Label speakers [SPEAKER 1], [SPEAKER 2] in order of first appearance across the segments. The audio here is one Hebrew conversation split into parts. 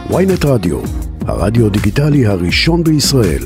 [SPEAKER 1] ynet רדיו, הרדיו דיגיטלי הראשון בישראל.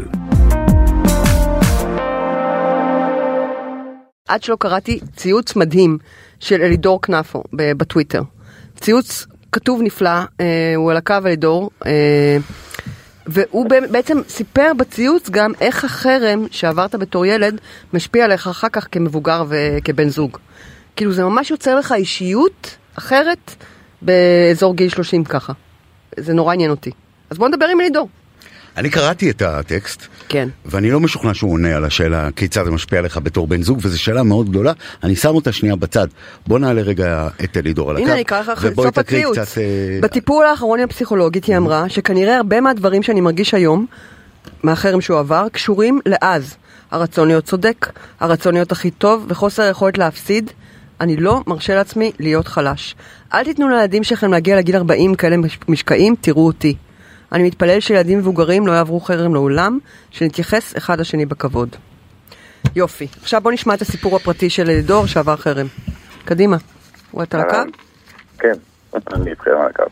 [SPEAKER 2] עד שלא קראתי ציוץ מדהים של אלידור כנפו בטוויטר. ציוץ כתוב נפלא, הוא על הקו אלידור, והוא בעצם סיפר בציוץ גם איך החרם שעברת בתור ילד משפיע עליך אחר כך כמבוגר וכבן זוג. כאילו זה ממש יוצר לך אישיות אחרת באזור גיל 30 ככה. זה נורא עניין אותי. אז בוא נדבר עם אלידור.
[SPEAKER 3] אני קראתי את הטקסט,
[SPEAKER 2] כן.
[SPEAKER 3] ואני לא משוכנע שהוא עונה על השאלה כיצד זה משפיע עליך בתור בן זוג, וזו שאלה מאוד גדולה. אני שם אותה שנייה בצד. בוא נעלה רגע את אלידור על הקו.
[SPEAKER 2] הנה, אני אקרא לך סוף הציוץ.
[SPEAKER 3] קצת...
[SPEAKER 2] בטיפול האחרון הפסיכולוגית היא אמרה שכנראה הרבה מהדברים שאני מרגיש היום, מהחרם שהוא עבר, קשורים לאז. הרצון להיות צודק, הרצון להיות הכי טוב, וחוסר היכולת להפסיד. אני לא מרשה לעצמי להיות חלש. אל תיתנו לילדים שלכם להגיע לגיל 40 כאלה משקעים, תראו אותי. אני מתפלל שילדים מבוגרים לא יעברו חרם לעולם, שנתייחס אחד לשני בכבוד. יופי. עכשיו בוא נשמע את הסיפור הפרטי של אלידור שעבר חרם. קדימה. הוא את על הקו?
[SPEAKER 4] כן, אני איתכם על הקו.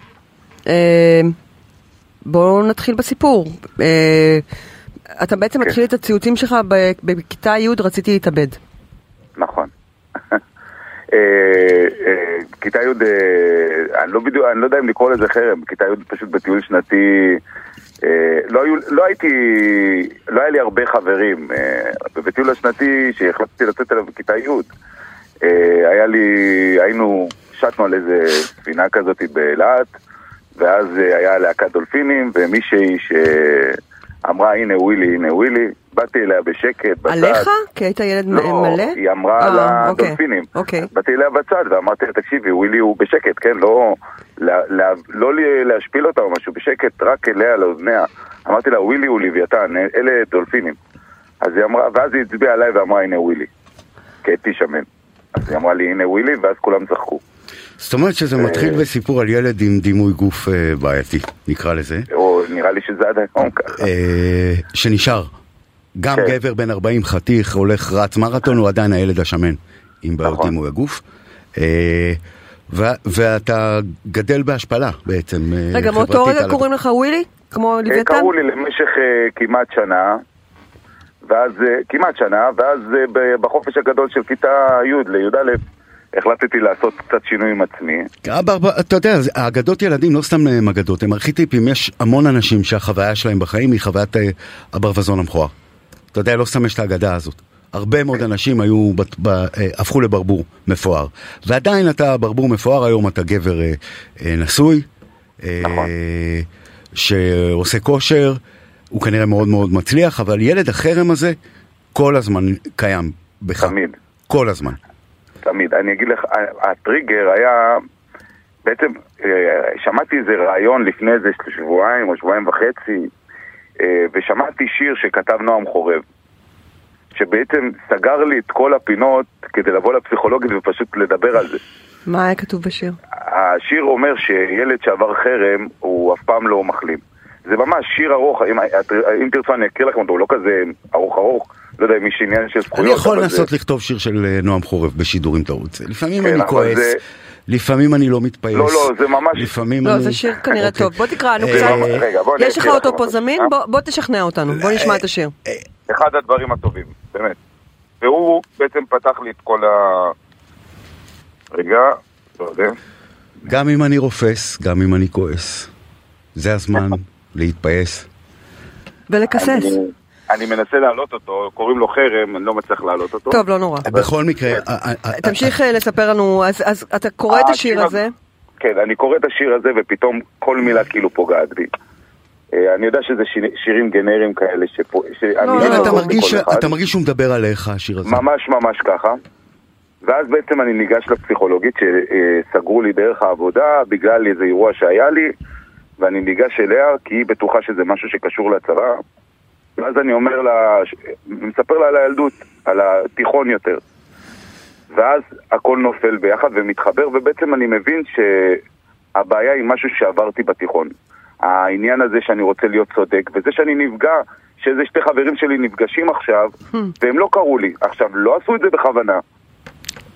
[SPEAKER 2] בואו נתחיל בסיפור. אתה בעצם מתחיל את הציוצים שלך בכיתה י' רציתי להתאבד.
[SPEAKER 4] נכון. כיתה י' אני לא יודע אם לקרוא לזה חרם, כיתה י' פשוט בטיול שנתי לא היה לי הרבה חברים בטיול השנתי שהחלטתי לצאת אליו בכיתה י' שטנו על איזה ספינה כזאת באילת, ואז היה להקת דולפינים ומישהי שאמרה הנה ווילי, באתי אליה בשקט בצד.
[SPEAKER 2] עליך? כי היית ילד מלא?
[SPEAKER 4] לא, היא אמרה על הדולפינים. באתי אליה בצד ואמרתי לה, תקשיבי, ווילי הוא בשקט, כן? לא להשפיל אותה או משהו, בשקט, רק אליה לאוזניה. אמרתי לה, ווילי הוא לוויתן, אלה דולפינים. אז היא אמרה, ואז היא הצביעה עליי ואמרה, הנה ווילי. כאתי שמן. אז היא אמרה לי, הנה ווילי, ואז כולם צחקו.
[SPEAKER 3] זאת אומרת שזה מתחיל בסיפור על ילד עם דימוי גוף בעייתי, נקרא לזה.
[SPEAKER 4] או נראה לי שזה עד היום ככה.
[SPEAKER 3] שנשאר. גם גבר בן 40 חתיך, הולך רץ מרתון, הוא עדיין הילד השמן עם בעיות דימוי הגוף. ואתה גדל בהשפלה בעצם.
[SPEAKER 2] רגע, מאותו רגע קוראים לך ווילי? כמו לוויתן?
[SPEAKER 4] קראו לי למשך כמעט שנה, ואז בחופש הגדול של כיתה י' לי"א, החלטתי לעשות קצת שינוי עם עצמי.
[SPEAKER 3] אתה יודע, האגדות ילדים לא סתם אגדות, הם ארכיטיפים. יש המון אנשים שהחוויה שלהם בחיים היא חוויית הברווזון המכוער. אתה יודע, לא סתם יש את האגדה הזאת. הרבה מאוד אנשים הפכו לברבור מפואר. ועדיין אתה ברבור מפואר, היום אתה גבר נשוי, שעושה כושר, הוא כנראה מאוד מאוד מצליח, אבל ילד החרם הזה כל הזמן קיים בך.
[SPEAKER 4] תמיד.
[SPEAKER 3] כל הזמן.
[SPEAKER 4] תמיד. אני אגיד לך, הטריגר היה, בעצם שמעתי איזה רעיון לפני איזה שבועיים או שבועיים וחצי, ושמעתי שיר שכתב נועם חורב, שבעצם סגר לי את כל הפינות כדי לבוא לפסיכולוגית ופשוט לדבר על זה.
[SPEAKER 2] מה היה כתוב בשיר?
[SPEAKER 4] השיר אומר שילד שעבר חרם הוא אף פעם לא מחלים. זה ממש שיר ארוך, אם תרצו אני אקריא לכם אותו, הוא לא כזה ארוך, לא יודע אם יש עניין של זכויות.
[SPEAKER 3] אני יכול לנסות לכתוב שיר של נועם חורב בשידורים תרוץ. לפעמים אני כועס, לפעמים אני לא מתפייס.
[SPEAKER 4] לא, זה ממש...
[SPEAKER 2] לא, זה שיר כנראה טוב. בוא תקרא, יש לך אותו פה זמין? בוא תשכנע אותנו, בוא נשמע את השיר.
[SPEAKER 4] אחד הדברים הטובים, באמת. והוא בעצם פתח לי את כל רגע, לא יודע.
[SPEAKER 3] גם אם אני רופס, גם אם אני כועס. זה הזמן להתפייס.
[SPEAKER 2] ולקסס.
[SPEAKER 4] אני מנסה להעלות אותו, קוראים לו חרם, אני לא מצליח להעלות אותו.
[SPEAKER 2] טוב, לא נורא.
[SPEAKER 3] בכל מקרה...
[SPEAKER 2] תמשיך לספר לנו, אז אתה קורא את השיר הזה?
[SPEAKER 4] כן, אני קורא את השיר הזה ופתאום כל מילה כאילו פוגעת בי. אני יודע שזה שירים גנריים כאלה
[SPEAKER 3] אתה מרגיש שהוא מדבר עליך, השיר הזה.
[SPEAKER 4] ממש ככה. ואז בעצם אני ניגש לפסיכולוגית שסגרו לי דרך העבודה בגלל איזה אירוע שהיה לי, ואני ניגש אליה כי היא בטוחה שזה משהו שקשור לצבא. ואז אני אומר לה, מספר לה על הילדות, על התיכון יותר. ואז הכל נופל ביחד ומתחבר, ובעצם אני מבין שהבעיה היא משהו שעברתי בתיכון. העניין הזה שאני רוצה להיות צודק, וזה שאני נפגע, שזה שתי חברים שלי נפגשים עכשיו, והם לא קראו לי. עכשיו, לא עשו את זה בכוונה.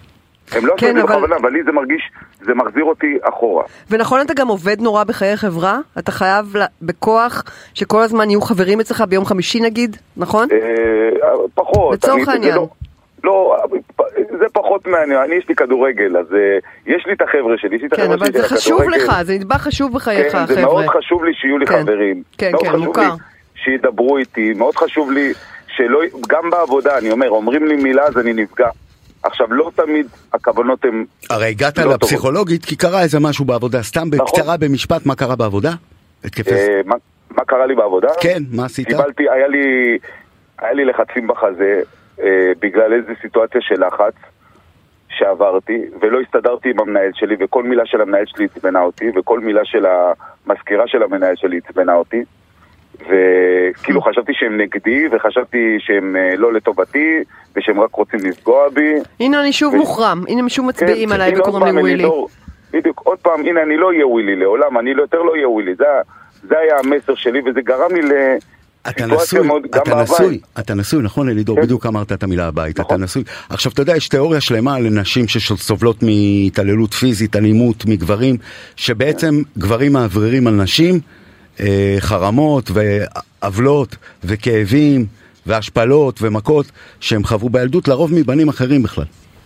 [SPEAKER 4] הם לא עשו את זה בכוונה, אבל לי זה מרגיש, זה מחזיר אותי אחורה.
[SPEAKER 2] ונכון, אתה גם עובד נורא בחיי חברה? אתה חייב בכוח שכל הזמן יהיו חברים אצלך ביום חמישי נגיד, נכון?
[SPEAKER 4] פחות.
[SPEAKER 2] לצורך העניין.
[SPEAKER 4] לא, זה פחות מעניין. אני יש לי כדורגל, אז יש לי את החבר'ה שלי,
[SPEAKER 2] כן, אבל זה חשוב לך, זה נדבך חשוב בחייך, החבר'ה.
[SPEAKER 4] כן, זה מאוד חשוב לי שיהיו לי חברים.
[SPEAKER 2] כן,
[SPEAKER 4] כן,
[SPEAKER 2] מוכר.
[SPEAKER 4] שידברו איתי, מאוד חשוב לי שלא, גם בעבודה, אני אומר, אומרים לי מילה אז אני נפגע. עכשיו, לא תמיד הכוונות הן...
[SPEAKER 3] הרי הגעת לפסיכולוגית כי קרה איזה משהו בעבודה, סתם בקצרה במשפט, מה קרה בעבודה?
[SPEAKER 4] מה קרה לי בעבודה?
[SPEAKER 3] כן, מה עשית?
[SPEAKER 4] קיבלתי, היה לי לחצים בחזה, בגלל איזו סיטואציה של לחץ שעברתי, ולא הסתדרתי עם המנהל שלי, וכל מילה של המנהל שלי הצבנה אותי, וכל מילה של המזכירה של המנהל שלי הצבנה אותי, וכאילו חשבתי שהם נגדי, וחשבתי שהם לא לטובתי, ושהם רק רוצים לפגוע בי.
[SPEAKER 2] הנה אני שוב מוחרם, הנה הם שוב מצביעים עליי וקוראים לי ווילי.
[SPEAKER 4] בדיוק, עוד פעם, הנה אני לא אהיה ווילי לעולם, אני יותר לא אהיה ווילי, זה היה המסר שלי, וזה גרם לי
[SPEAKER 3] אתה נשוי, נכון אלידור? בדיוק אמרת את המילה הבית, אתה נשוי. עכשיו אתה יודע, יש תיאוריה שלמה לנשים שסובלות מהתעללות פיזית, אלימות מגברים, שבעצם גברים מעבררים על נשים, חרמות ועוולות וכאבים והשפלות ומכות שהם חוו בילדות, לרוב מבנים אחרים בכלל.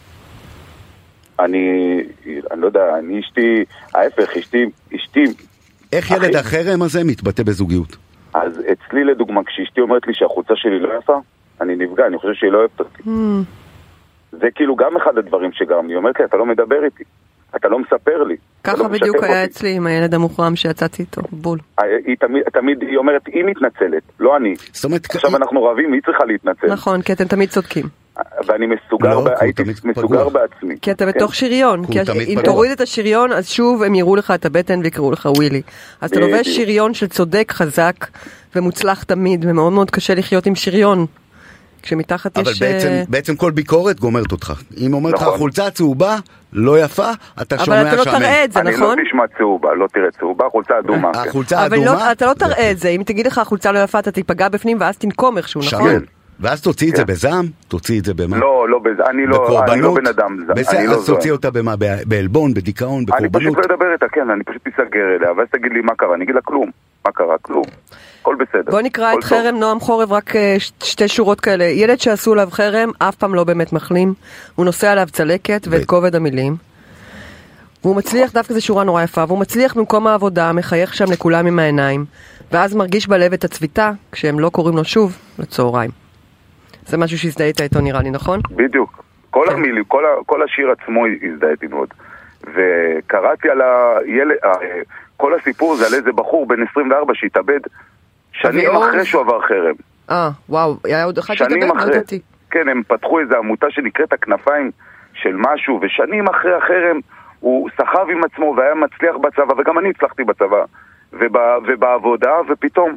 [SPEAKER 4] אני לא יודע, אני אשתי, ההפך, אשתי...
[SPEAKER 3] איך ילד החרם הזה מתבטא בזוגיות?
[SPEAKER 4] אז אצלי לדוגמה, כשאשתי אומרת לי שהחולצה שלי לא יפה, אני נפגע, אני חושב שהיא לא אוהבת אותי. זה כאילו גם אחד הדברים שגרם לי, היא אומרת לי, אתה לא מדבר איתי, אתה לא מספר לי.
[SPEAKER 2] ככה בדיוק היה אצלי עם הילד המוחרם שיצאתי איתו, בול.
[SPEAKER 4] היא אומרת, היא מתנצלת, לא אני. עכשיו אנחנו רבים, היא צריכה להתנצל.
[SPEAKER 2] נכון, כי אתם תמיד צודקים.
[SPEAKER 4] ואני הייתי מסוגר בעצמי.
[SPEAKER 2] כי אתה בתוך שריון, כי אם תוריד את השריון, אז שוב הם יראו לך את הבטן ויקראו לך ווילי. אז אתה לובש שריון של צודק, חזק ומוצלח תמיד, ומאוד מאוד קשה לחיות עם שריון. כשמתחת יש...
[SPEAKER 3] אבל בעצם כל ביקורת גומרת אותך. אם אומרת לך חולצה צהובה, לא יפה, אתה שומע
[SPEAKER 2] אבל אתה לא תראה את זה, נכון?
[SPEAKER 4] אני לא תשמע צהובה, לא תראה צהובה, חולצה אדומה.
[SPEAKER 3] החולצה אדומה?
[SPEAKER 2] אבל אתה לא תראה את זה, אם תגיד לך חולצה לא יפה, אתה תיפגע בפנים ואז תנקום איכשהו, נכון?
[SPEAKER 3] ואז תוציא את זה בזעם, תוציא את זה במה?
[SPEAKER 4] לא בזעם, אני לא בן אדם זעם.
[SPEAKER 3] אז תוציא אותה במה? בעלבון, בדיכאון, בקורבנות?
[SPEAKER 4] אני פשוט לא אדבר איתה, כן, אני פשוט אסגר אליה, ואז תגיד לי מה קרה, אני אגיד לה כלום. מה קרה? כלום. הכל בסדר.
[SPEAKER 2] בוא נקרא את חרם נועם חורב, רק שתי שורות כאלה. ילד שעשו עליו חרם, אף פעם לא באמת מחלים. הוא נושא עליו צלקת ואת כובד המילים. והוא מצליח, דווקא זו שורה נורא יפה, והוא מצליח במקום העבודה, מחייך שם לכולם עם העיניים, ואז מרגיש בלב את הצביטה, כשהם לא קוראים לו שוב לצהריים. זה משהו שהזדהית איתו נראה לי, נכון?
[SPEAKER 4] בדיוק. כל המילים, כל השיר עצמו הזדהיתי מאוד. וקראתי על הילד, כל הסיפור זה על איזה בחור בן 24 שהתאבד שנים אחרי שהוא עבר חרם.
[SPEAKER 2] וואו, היה עוד אחד שהתאבד, לא ידעתי.
[SPEAKER 4] כן, הם פתחו איזו עמותה שנקראת הכנפיים של משהו, ושנים אחרי החרם הוא סחב עם עצמו והיה מצליח בצבא, וגם אני הצלחתי בצבא. ובעבודה, ופתאום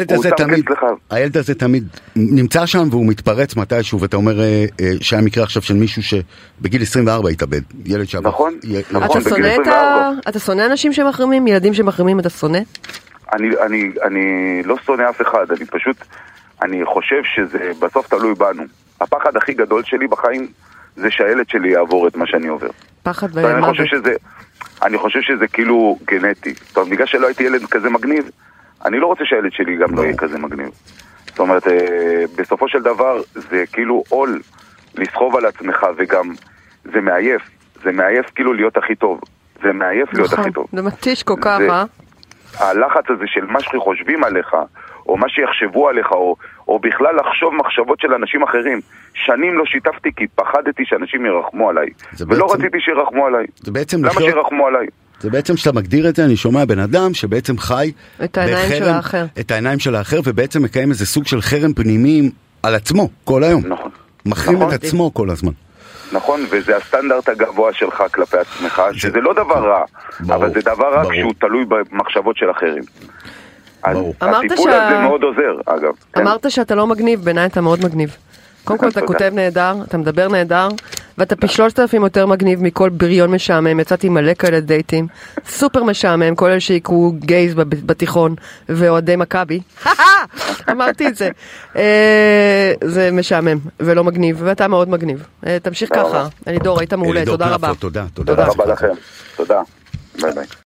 [SPEAKER 3] הילד הזה תמיד נמצא שם והוא מתפרץ מתישהו, ואתה אומר שהיה מקרה עכשיו של מישהו שבגיל 24 התאבד, ילד שעבר.
[SPEAKER 4] נכון.
[SPEAKER 2] אתה שונא אנשים שמחרימים, ילדים שמחרימים, אתה שונא?
[SPEAKER 4] אני לא שונא אף אחד, אני חושב שזה בסוף תלוי בנו. הפחד הכי גדול שלי בחיים זה שהילד שלי יעבור את מה שאני עובר.
[SPEAKER 2] פחד ומוות.
[SPEAKER 4] אני חושב שזה כאילו גנטי. טוב, בגלל שלא הייתי ילד כזה מגניב, אני לא רוצה שהילד שלי גם לא יהיה כזה מגניב. זאת אומרת, בסופו של דבר זה כאילו עול לסחוב על עצמך, וגם זה מעייף. זה מעייף כאילו להיות הכי טוב. זה מעייף להיות הכי טוב.
[SPEAKER 2] זה מתיש כל כך,
[SPEAKER 4] הלחץ הזה של מה שחושבים עליך, או מה שיחשבו עליך, או בכלל לחשוב מחשבות של אנשים אחרים. שנים לא שיתפתי כי פחדתי שאנשים ירחמו עליי. ולא רציתי שירחמו עליי. למה שירחמו עליי?
[SPEAKER 3] זה בעצם שאתה מגדיר את זה, אני שומע בן אדם שבעצם חי
[SPEAKER 2] את העיניים של האחר.
[SPEAKER 3] את העיניים של האחר, ובעצם מקיים איזה סוג של חרם פנימיים על עצמו כל היום.
[SPEAKER 4] נכון.
[SPEAKER 3] מחרים את עצמו כל הזמן.
[SPEAKER 4] נכון, וזה הסטנדרט הגבוה שלך כלפי עצמך, שזה לא דבר רע, אבל זה דבר רע כשהוא תלוי במחשבות של אחרים. הטיפול הזה מאוד עוזר, אגב.
[SPEAKER 2] אמרת שאתה לא מגניב, בעיניי אתה מאוד מגניב. קודם כל אתה כותב נהדר, אתה מדבר נהדר, ואתה פי 3,000 יותר מגניב מכל בריון משעמם, יצאתי מלא כאלה דייטים, סופר משעמם, כל אלה שיקרו גייז בתיכון, ואוהדי מכבי, אמרתי את זה, זה משעמם ולא מגניב, ואתה מאוד מגניב, תמשיך ככה, אלידור, היית מעולה, תודה רבה.
[SPEAKER 3] תודה
[SPEAKER 4] רבה לכם, תודה, ביי ביי.